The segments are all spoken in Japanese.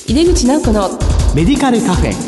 井出口直子のメディカルカフェ。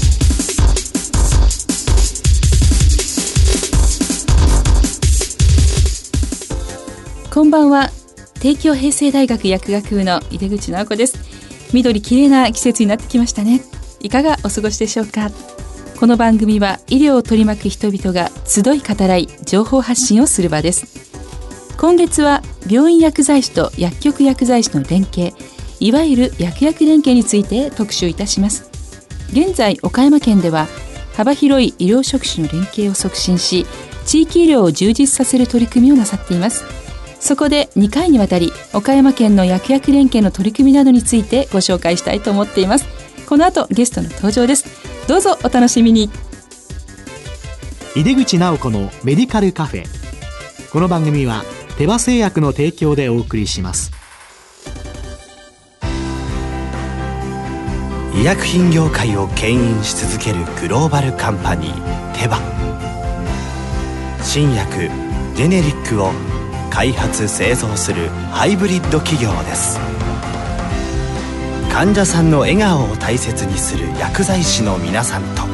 こんばんは。帝京平成大学薬学部の井出口直子です。緑きれいな季節になってきましたね。いかがお過ごしでしょうか。この番組は医療を取り巻く人々が集い語らい情報発信をする場です。今月は病院薬剤師と薬局薬剤師の連携、いわゆる薬薬連携について特集いたします。現在岡山県では幅広い医療職種の連携を促進し、地域医療を充実させる取り組みをなさっています。そこで2回にわたり岡山県の薬薬連携の取り組みなどについてご紹介したいと思っています。この後ゲストの登場です。どうぞお楽しみに。 井出口直子のメディカルカフェ。この番組は手羽製薬の提供でお送りします。 医薬品業界を牽引し続けるグローバルカンパニーテバ。新薬ジェネリックを開発製造するハイブリッド企業です。患者さんの笑顔を大切にする薬剤師の皆さんと、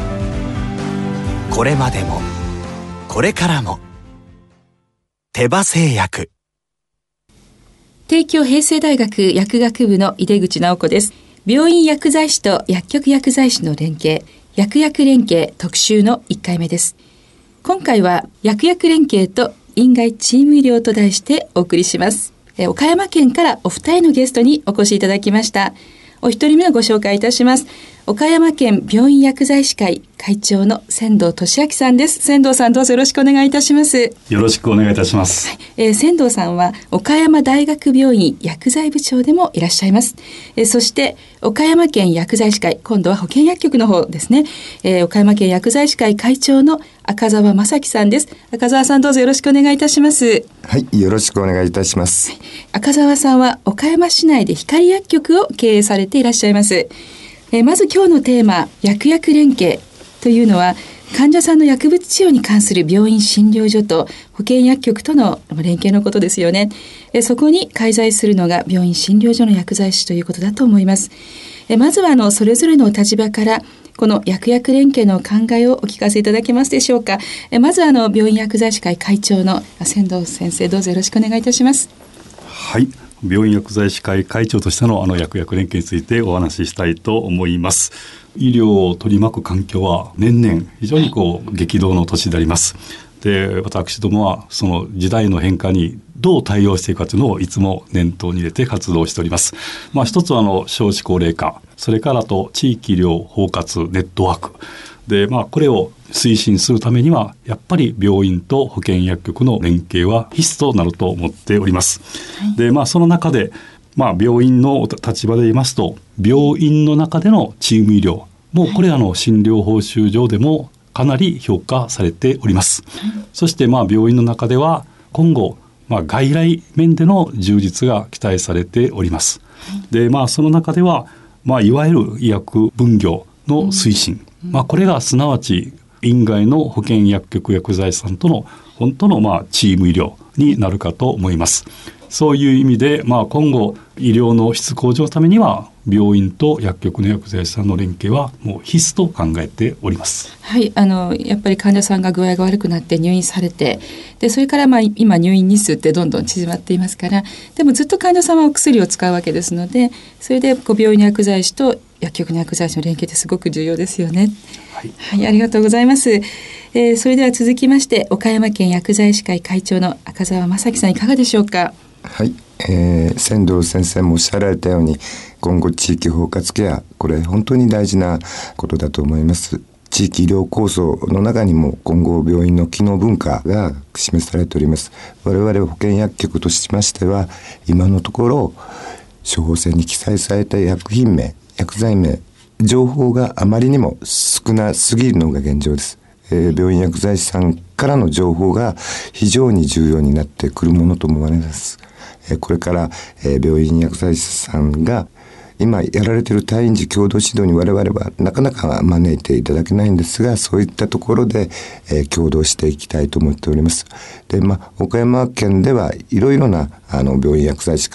これまでもこれからも手羽製薬。 帝京平成大学薬学部の井出口直子です。病院薬剤師と薬局薬剤師の連携、薬薬連携特集の1回目です。今回は薬薬連携と院外チーム医療と題してお送りします。岡山県からお二人のゲストにお越しいただきました。お一人目をご紹介いたします。岡山県病院薬剤師会会長の千藤俊明さんです。千藤さん、どうぞよろしくお願いいたします。 よろしくお願いいたします。 千藤さんは岡山大学病院薬剤部長でもいらっしゃいます。そして岡山県薬剤師会、今度は保健薬局の方ですね。岡山県薬剤師会会長の赤澤正樹さんです。赤澤さん、どうぞよろしくお願いいたします。 はい、よろしくお願いいたします。 赤澤さんは岡山市内で光薬局を経営されていらっしゃいます。まず今日のテーマ、薬薬連携というのは、患者さんの薬物治療に関する病院診療所と保健薬局との連携のことですよね。そこに介在するのが病院診療所の薬剤師ということだと思います。まずはそれぞれの立場からこの薬薬連携の考えをお聞かせいただけますでしょうか。まず病院薬剤師会会長の千藤先生、どうぞよろしくお願いいたします。 はい、病院薬剤師会会長としての薬薬連携についてお話ししたいと思います。医療を取り巻く環境は年々非常に激動の年であります。で、私どもはその時代の変化にどう対応していくかというのをいつも念頭に入れて活動しております。一つは少子高齢化、それから地域医療包括ネットワークで、これを推進するためにはやっぱり病院と保健薬局の連携は必須となると思っております。で、その中で病院の立場で言いますと、病院の中でのチーム医療もうこれ診療報酬上でもかなり評価されております。そして病院の中では今後外来面での充実が期待されております。で、その中ではいわゆる医薬分業の推進、これがすなわち院外の保健薬局薬剤師さんとの本当のチーム医療になるかと思います。そういう意味で、今後医療の質向上のためには病院と薬局の薬剤師さんの連携はもう必須と考えております。 はい、やっぱり患者さんが具合が悪くなって入院されて、でそれから今入院日数ってどんどん縮まっていますから、でもずっと患者さんはお薬を使うわけですので、それで病院の薬剤師と薬局の薬剤師の連携ってすごく重要ですよね。はい、ありがとうございます。それでは続きまして岡山県薬剤師会会長の赤澤正樹さん、いかがでしょうか。 はい、千藤先生もおっしゃられたように、今後地域包括ケア、これ本当に大事なことだと思います。地域医療構想の中にも今後病院の機能文化が示されております。我々保健薬局としましては、今のところ処方箋に記載された薬品名、薬剤名、情報があまりにも少なすぎるのが現状です。病院薬剤師さんからの情報が非常に重要になってくるものと思われます。これから、病院薬剤師さんが今やられている退院時共同指導に我々はなかなか招いていただけないんですが、そういったところで、共同していきたいと思っております。で、岡山県ではいろいろな病院薬剤師会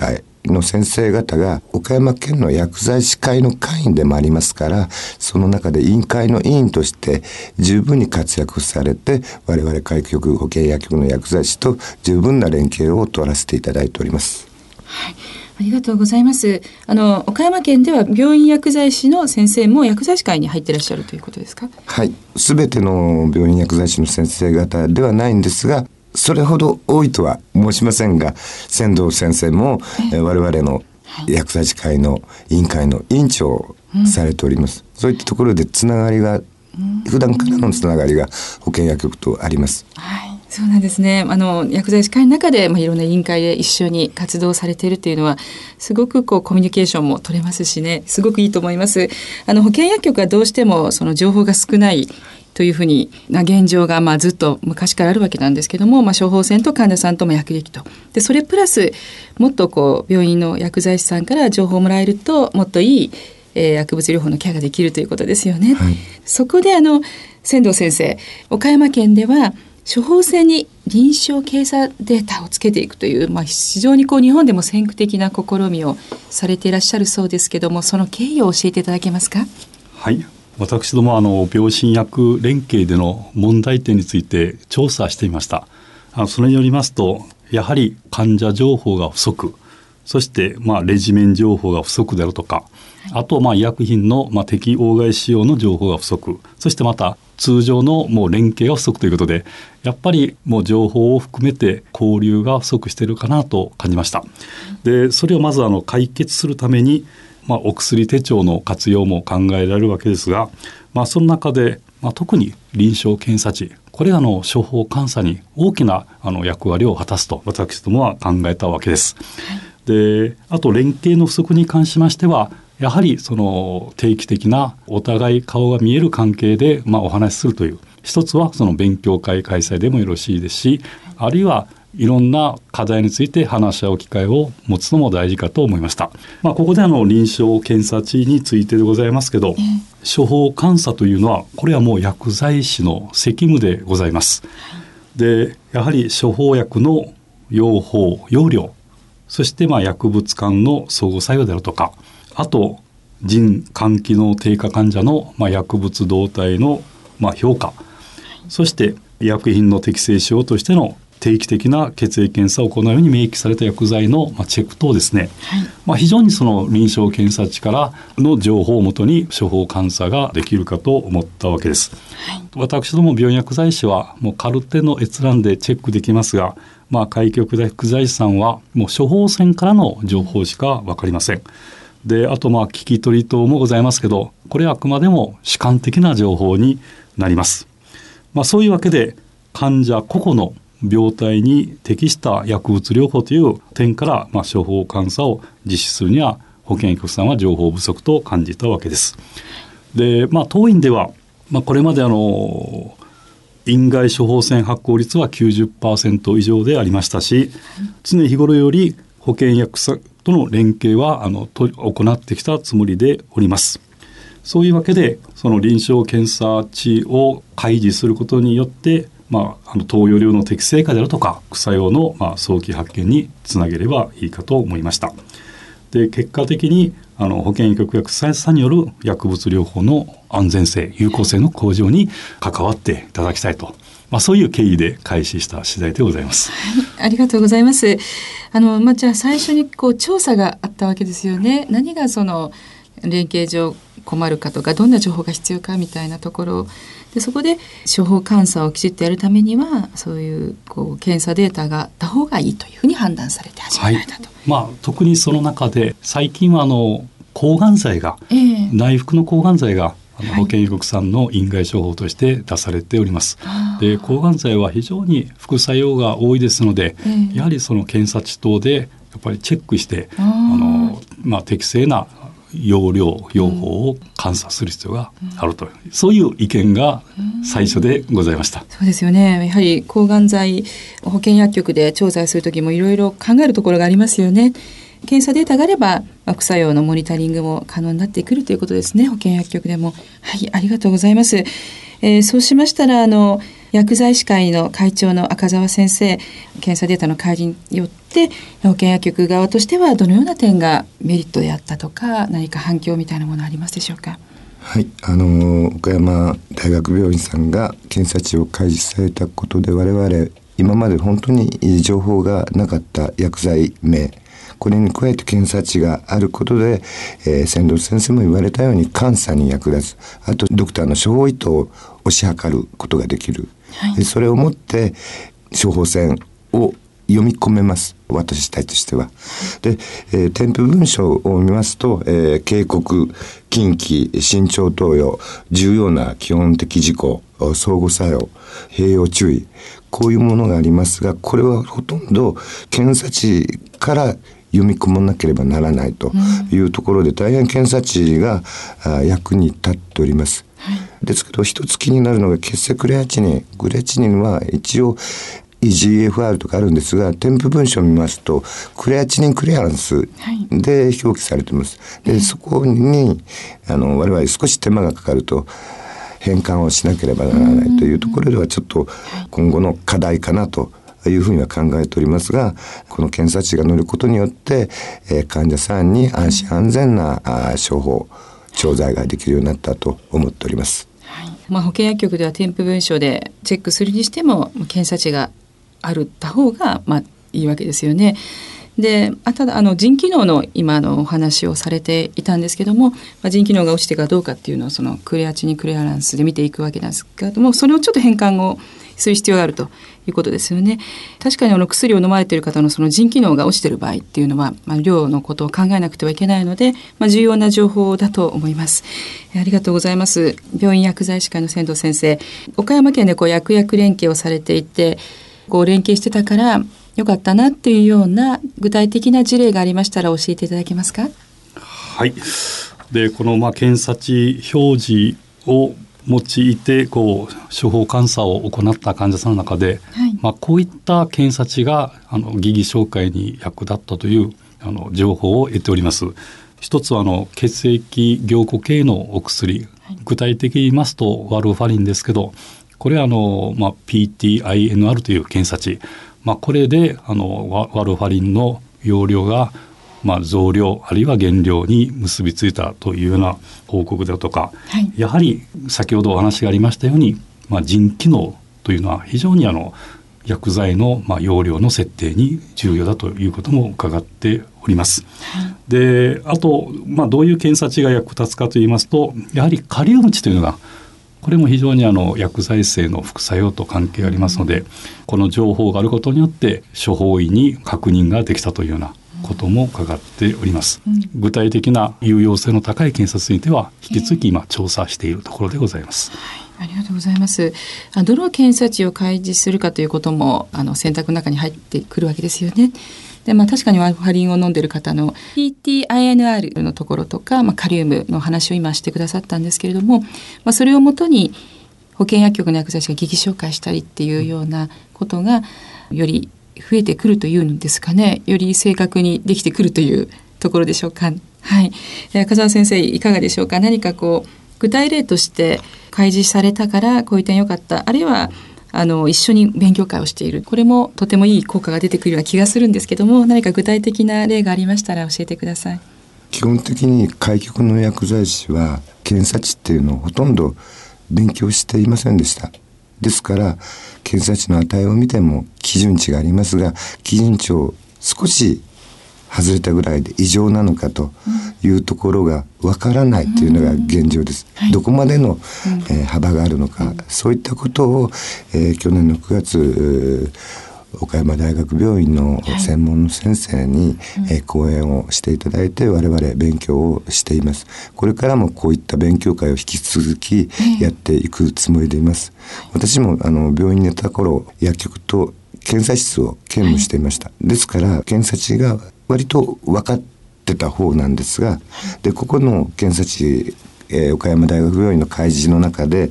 の先生方が岡山県の薬剤師会の会員でもありますから、その中で委員会の委員として十分に活躍されて、我々開局保健薬局の薬剤師と十分な連携を取らせていただいております。 はい、ありがとうございます。岡山県では病院薬剤師の先生も薬剤師会に入っていらっしゃるということですか？ はい、すべての病院薬剤師の先生方ではないんですが、それほど多いとは申しませんが、仙道先生も我々の薬剤師会の委員会の委員長をされております。そういったところでつながりが、普段からのつながりが保健薬局とあります。 はい、そうなんですね。薬剤師会の中で、いろんな委員会で一緒に活動されているというのは、すごくコミュニケーションも取れますしね、すごくいいと思います。保健薬局はどうしてもその情報が少ないというふうに現状がずっと昔からあるわけなんですけども、処方箋と患者さんとも薬歴と、でそれプラスもっと病院の薬剤師さんから情報をもらえると、もっといい、薬物療法のケアができるということですよね。はい、そこで仙道先生、岡山県では処方箋に臨床検査データをつけていくという、非常に日本でも先駆的な試みをされていらっしゃるそうですけども、その経緯を教えていただけますか？ はい、私ども病診薬連携での問題点について調査してみました。それによりますと、やはり患者情報が不足、そしてレジメン情報が不足であるとか、あと医薬品の適応外使用の情報が不足、そしてまた通常の連携が不足ということで、やっぱり情報を含めて交流が不足しているかなと感じました。でそれをまず解決するために、お薬手帳の活用も考えられるわけですが、その中で、特に臨床検査値、これが処方監査に大きな役割を果たすと私どもは考えたわけです。であと連携の不足に関しましては、やはりその定期的なお互い顔が見える関係でお話しするという、一つはその勉強会開催でもよろしいですし、あるいはいろんな課題について話し合う機会を持つのも大事かと思いました。ここで臨床検査値についてでございますけど、処方監査というのはこれはもう薬剤師の責務でございます。でやはり処方薬の用法用量、そして薬物間の相互作用であるとか、あと腎肝機能低下患者の薬物動態の評価、そして医薬品の適正使用としての定期的な血液検査を行うように明記された薬剤のチェック等ですね、非常にその臨床検査値からの情報をもとに処方監査ができるかと思ったわけです。私ども病院薬剤師はもうカルテの閲覧でチェックできますが、開局薬剤師さんはもう処方箋からの情報しか分かりません。であと聞き取り等もございますけど、これはあくまでも主観的な情報になります。そういうわけで患者個々の病態に適した薬物療法という点から処方監査を実施するには保健局さんは情報不足と感じたわけです。で当院では、これまで院外処方箋発行率は 90% 以上でありましたし、常日頃より保健薬さんとの連携は行ってきたつもりでおります。そういうわけでその臨床検査値を開示することによって投与量の適正化であるとか副作用の早期発見につなげればいいかと思いました。で結果的に保健局薬剤師さんによる薬物療法の安全性有効性の向上に関わっていただきたいと、そういう経緯で開始した次第でございます。 ありがとうございます。じゃあ最初に調査があったわけですよね。何がその連携上困るかとか、どんな情報が必要かみたいなところで、そこで処方監査をきちっとやるためにはそういう検査データがあった方がいいというふうに判断されて始められたと。 特にその中で最近は抗がん剤が、内服の抗がん剤が保健局さんの院外処方として出されております。で抗がん剤は非常に副作用が多いですので、やはりその検査値等でやっぱりチェックして適正な用量用法を監査する必要があるという、そういう意見が最初でございました。 そうですよね。やはり抗がん剤保健薬局で調剤するときもいろいろ考えるところがありますよね。検査データがあれば副作用のモニタリングも可能になってくるということですね。保健薬局でも。はい、ありがとうございます。そうしましたら薬剤師会の会長の赤澤先生、検査データの開示によって保険薬局側としてはどのような点がメリットであったとか、何か反響みたいなものありますでしょうか？ はい、岡山大学病院さんが検査値を開示されたことで、我々今まで本当に情報がなかった薬剤名、これに加えて検査値があることで、千堂先生も言われたように監査に役立つ、あとドクターの処方意図を推し量ることができる、はい、それをもって処方箋を読み込めます、私たちとしては。で、添付文書を見ますと、警告、禁忌、慎重投与、重要な基本的事項、相互作用、併用注意、こういうものがありますが、これはほとんど検査値から読み込まなければならないというところで、大変検査値が役に立っております。はい、ですけど一つ気になるのが血清クレアチニン。クレアチニンは一応EGFR とかあるんですが、添付文書を見ますとクレアチニンクリアランスで表記されています。で、そこに我々少し手間がかかると変換をしなければならないというところでは、ちょっと今後の課題かなというふうには考えておりますが、この検査値が載ることによって、患者さんに安心安全な処方調剤ができるようになったと思っております。 はい、保険薬局では添付文書でチェックするにしても検査値があるった方がいいわけですよね。で、ただ腎機能の今のお話をされていたんですけども、腎機能が落ちてかどうかっていうのをそのクレアチニンクレアランスで見ていくわけなんですけども、それをちょっと変換をする必要があるということですよね。確かに薬を飲まれている方のその腎機能が落ちている場合っていうのは、量のことを考えなくてはいけないので、重要な情報だと思います。ありがとうございます。病院薬剤師会の千堂先生、岡山県で薬薬連携をされていて、連携してたからよかったなっていうような具体的な事例がありましたら教えていただけますか？ はい。で、この検査値表示を用いて処方監査を行った患者さんの中で、はい、こういった検査値が疑義紹介に役立ったという情報を得ております。一つは血液凝固系のお薬、はい、具体的に言いますとワルファリンですけど、これはPTINR という検査値、これでワルファリンの容量が増量あるいは減量に結びついたというような報告だとか、はい、やはり先ほどお話がありましたように、腎機能というのは非常に薬剤の容量の設定に重要だということも伺っております。はい、で、あと、どういう検査値が役立つかといいますと、やはりカリウム値というのがこれも非常に薬剤性の副作用と関係ありますので、この情報があることによって処方医に確認ができたというようなことも伺っております。具体的な有用性の高い検査については引き続き今調査しているところでございます。 はい、ありがとうございます。どの検査値を開示するかということも選択の中に入ってくるわけですよね。で、確かにワルファリンを飲んでいる方の PTINR のところとか、カリウムの話を今してくださったんですけれども、それをもとに保険薬局の薬剤師が疑義紹介したりっていうようなことがより増えてくるというんですかね。より正確にできてくるというところでしょうか。はい。赤澤先生いかがでしょうか。何か具体例として開示されたからこういう点良かった、あるいは一緒に勉強会をしている、これもとてもいい効果が出てくるような気がするんですけども、何か具体的な例がありましたら教えてください。 基本的に開局の薬剤師は検査値っていうのをほとんど勉強していませんでした。ですから検査値の値を見ても基準値がありますが、基準値を少し外れたぐらいで異常なのかというところがわからないというのが現状です。どこまでの、幅があるのか、そういったことを、去年の9月岡山大学病院の専門の先生に、講演をしていただいて我々勉強をしています。これからもこういった勉強会を引き続きやっていくつもりでいます。私も病院にいた頃薬局と検査室を兼務していました。ですから検査値が割と分かってた方なんですが、でここの検査値、岡山大学病院の開示の中で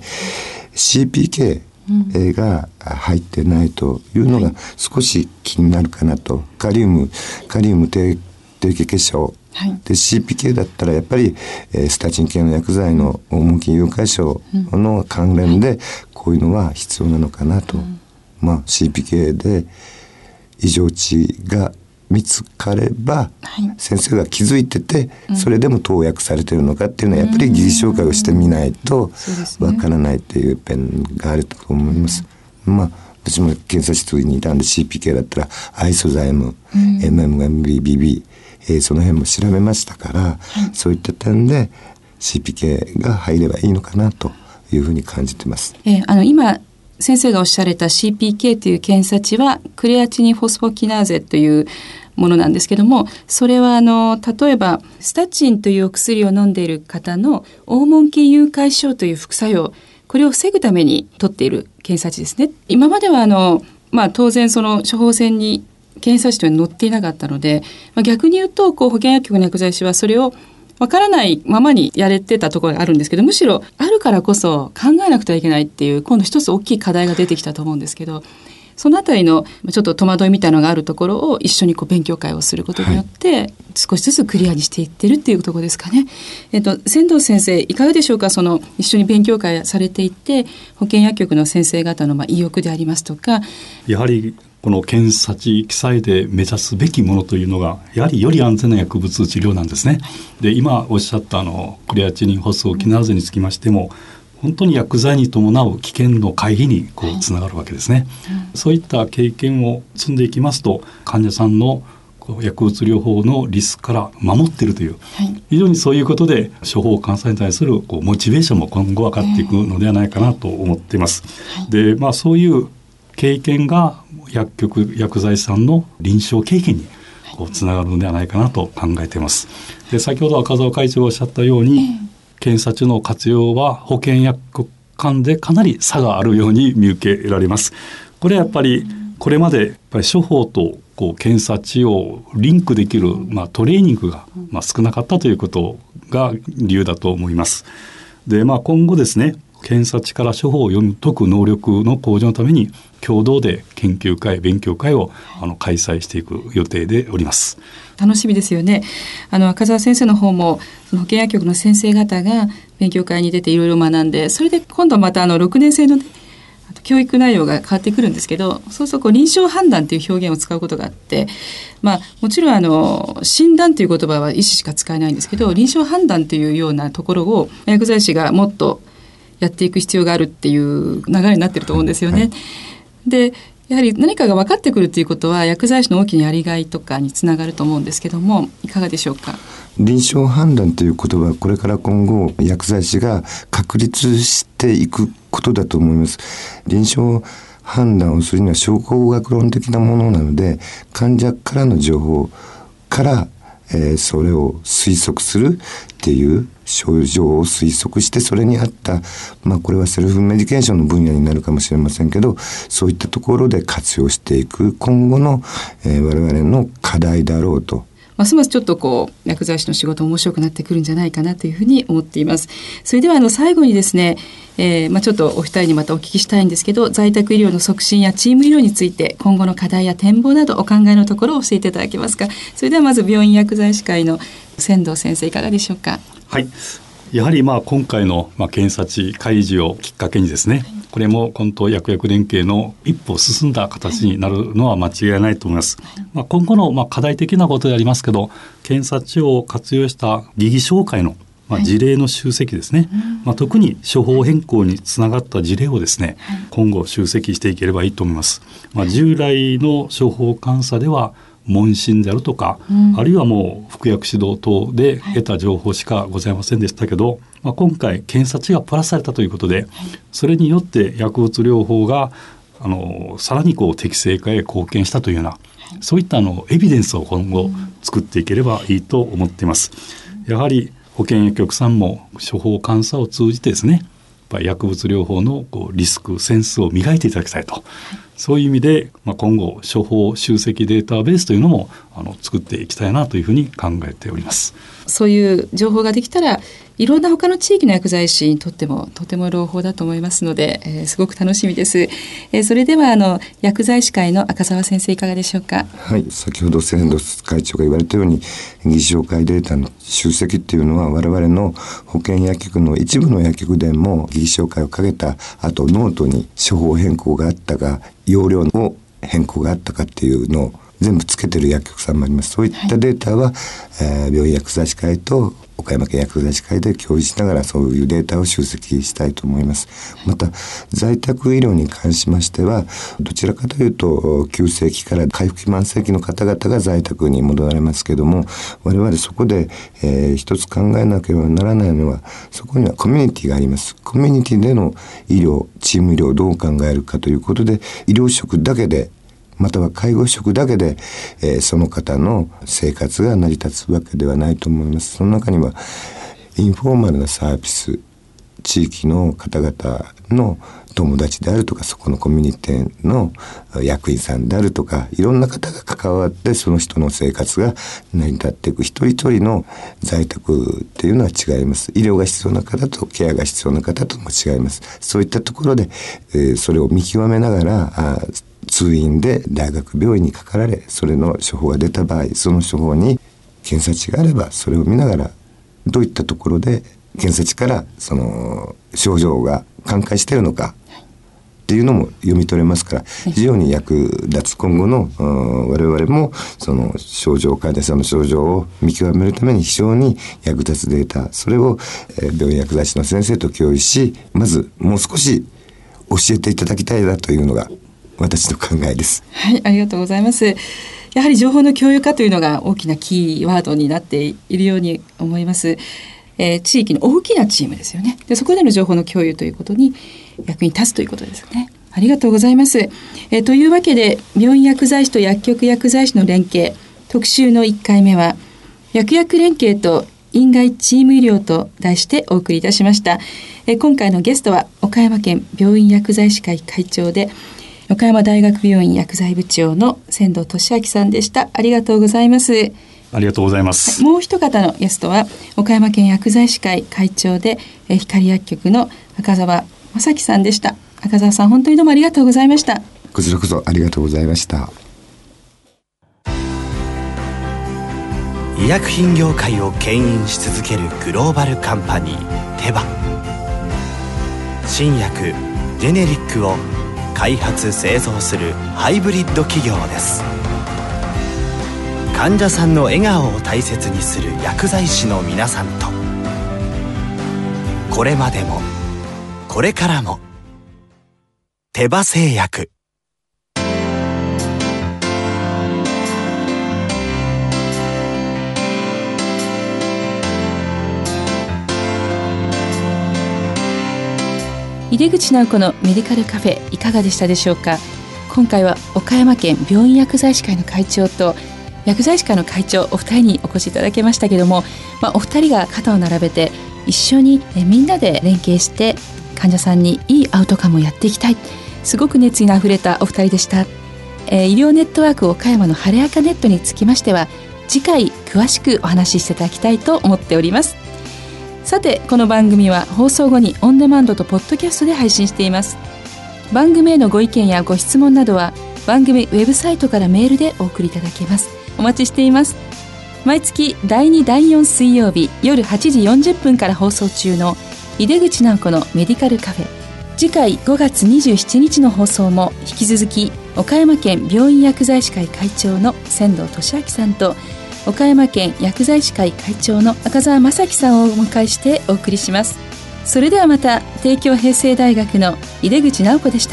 CPKが入ってないというのが少し気になるかなと。カリウム低血結晶はい、 で CPK だったらやっぱり、スタチン系の薬剤の黄金誘拐症の関連でこういうのは必要なのかなと、CPK で異常値が見つかれば、先生が気づいてて、それでも投薬されてるのかっていうのはやっぱり疑似紹介をしてみないとわからないっていう点があると思います。私も検査室にいたんで CPK だったらアイソザイム、MMMBBB、その辺も調べましたから、そういった点で CPK が入ればいいのかなというふうに感じてます。 今先生がおっしゃられた CPK という検査値はクレアチニンフォスフォキナーゼというものなんですけども、それは例えばスタチンというお薬を飲んでいる方の黄門筋誘拐症という副作用、これを防ぐために取っている検査値ですね。今までは当然その処方箋に検査値というのは載っていなかったので、逆に言うと保健薬局の薬剤師はそれをわからないままにやれてたところがあるんですけど、むしろあるからこそ考えなくてはいけないっていう今度一つ大きい課題が出てきたと思うんですけど、そのあたりのちょっと戸惑いみたいなのがあるところを一緒に勉強会をすることによって、少しずつクリアにしていってるっていうところですかね。千堂先生いかがでしょうか。一緒に勉強会されていて保健薬局の先生方の意欲でありますとか、 やはりこの検査値記載で目指すべきものというのがやはりより安全な薬物治療なんですね。で今おっしゃったクレアチニンフォスフォキナーゼにつきましても本当に薬剤に伴う危険の回避につながるわけですね。そういった経験を積んでいきますと患者さんの薬物療法のリスクから守っているという、非常にそういうことで処方監査に対するモチベーションも今後上がっていくのではないかなと思っています。で、そういう経験が薬局薬剤師さんの臨床経験につながるのではないかなと考えています。で先ほど赤澤会長がおっしゃったように、検査値の活用は保健薬局間でかなり差があるように見受けられます。これはやっぱりこれまでやっぱり処方と検査値をリンクできる、トレーニングが、少なかったということが理由だと思います。で、今後ですね、検査値から処方を読み解く能力の向上のために共同で研究会勉強会を開催していく予定でおります。 楽しみですよね。赤澤先生の方もその保健薬局の先生方が勉強会に出ていろいろ学んで、それで今度また6年生の教育内容が変わってくるんですけど、そうすると臨床判断という表現を使うことがあって、もちろん診断という言葉は医師しか使えないんですけど、臨床判断というようなところを薬剤師がもっとやっていく必要があるっていう流れになってると思うんですよね。でやはり何かが分かってくるということは薬剤師の大きなやりがいとかにつながると思うんですけども、いかがでしょうか。 臨床判断という言葉はこれから今後薬剤師が確立していくことだと思います。臨床判断をするには証拠学論的なものなので、患者からの情報からそれを推測するっていう症状を推測して、それに合った、これはセルフメディケーションの分野になるかもしれませんけど、そういったところで活用していく今後の、我々の課題だろうと。 ますますちょっと薬剤師の仕事面白くなってくるんじゃないかなというふうに思っています。それでは最後にですね、ちょっとお二人にまたお聞きしたいんですけど、在宅医療の促進やチーム医療について今後の課題や展望などお考えのところを教えていただけますか。それではまず病院薬剤師会の千堂先生いかがでしょうか。 はい、やはり今回の検査値開示をきっかけにですね、これも今後薬薬連携の一歩進んだ形になるのは間違いないと思います。今後の課題的なことでありますけど、検査値を活用した疑義紹介の事例の集積ですね、特に処方変更につながった事例をですね、今後集積していければいいと思います。従来の処方監査では問診であるとか、あるいはもう服薬指導等で得た情報しかございませんでしたけど、今回検査値がプラスされたということで、それによって薬物療法がさらに適正化へ貢献したというような、そういったエビデンスを今後作っていければいいと思っています。やはり保健薬局さんも処方監査を通じてですね、薬物療法のリスクセンスを磨いていただきたいと、 そういう意味で、今後処方集積データベースというのも作っていきたいなというふうに考えております。 そういう情報ができたらいろんな他の地域の薬剤師にとってもとても朗報だと思いますので、すごく楽しみです。それでは薬剤師会の赤澤先生いかがでしょうか。 はい、先ほど千堂会長が言われたように疑似紹介データの集積っていうのは我々の保健薬局の一部の薬局でも疑似紹介をかけた後ノートに処方変更があったか用量の変更があったかっていうのを全部つけてる薬局さんもあります。そういったデータは、病院薬剤師会と岡山県薬剤師会で共有しながらそういうデータを集積したいと思います。また在宅医療に関しましてはどちらかというと急性期から回復期慢性期の方々が在宅に戻られますけども、我々そこで、一つ考えなければならないのはそこにはコミュニティがあります。コミュニティでの医療チーム医療をどう考えるかということで医療職だけでまたは介護職だけで、その方の生活が成り立つわけではないと思います。その中にはインフォーマルなサービス、地域の方々の友達であるとかそこのコミュニティの役員さんであるとかいろんな方が関わってその人の生活が成り立っていく一人一人の在宅っていうのは違います。医療が必要な方とケアが必要な方とも違います。そういったところで、それを見極めながら通院で大学病院にかかられそれの処方が出た場合その処方に検査値があればそれを見ながらどういったところで検査値からその症状が寛解しているのかっていうのも読み取れますから非常に役立つ今後の我々もその症状患者さんの症状を見極めるために非常に役立つデータそれを病院薬剤師の先生と共有しまずもう少し教えていただきたいなというのが私の考えです。 はい、ありがとうございます。やはり情報の共有化というのが大きなキーワードになっているように思います。地域の大きなチームですよね。でそこでの情報の共有ということに役に立つということですよね。ありがとうございます。というわけで病院薬剤師と薬局薬剤師の連携特集の1回目は薬薬連携と院外チーム医療と題してお送りいたしました。今回のゲストは岡山県病院薬剤師会会長で岡山大学病院薬剤部長の千堂俊明さんでした。ありがとうございます。 ありがとうございます。 もう一方のゲストは岡山県薬剤師会会長で光薬局の赤澤正樹さんでした。赤澤さん本当にどうもありがとうございました。 こちらこそありがとうございました。 医薬品業界を牽引し続けるグローバルカンパニーテバ新薬ジェネリックを開発製造するハイブリッド企業です。患者さんの笑顔を大切にする薬剤師の皆さんとこれまでもこれからもテバ製薬井出口直子のメディカルカフェいかがでしたでしょうか。今回は岡山県病院薬剤師会の会長と薬剤師会の会長お二人にお越しいただきましたけども、お二人が肩を並べて一緒にみんなで連携して患者さんにいいアウトカムをやっていきたい、すごく熱意のあふれたお二人でした。医療ネットワーク岡山の晴れやかネットにつきましては次回詳しくお話ししていただきたいと思っております。さてこの番組は放送後にオンデマンドとポッドキャストで配信しています。番組へのご意見やご質問などは番組ウェブサイトからメールでお送りいただけます。お待ちしています。毎月第2第4水曜日夜8時40分から放送中の井出口直子のメディカルカフェ、次回5月27日の放送も引き続き岡山県病院薬剤師会会長の千堂俊明さんと岡山県薬剤師会会長の赤澤正樹さんをお迎えしてお送りします。それではまた。帝京平成大学の井出口直子でした。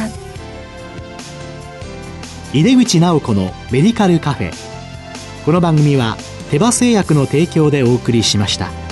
井出口直子のメディカルカフェ。この番組は手羽製薬の提供でお送りしました。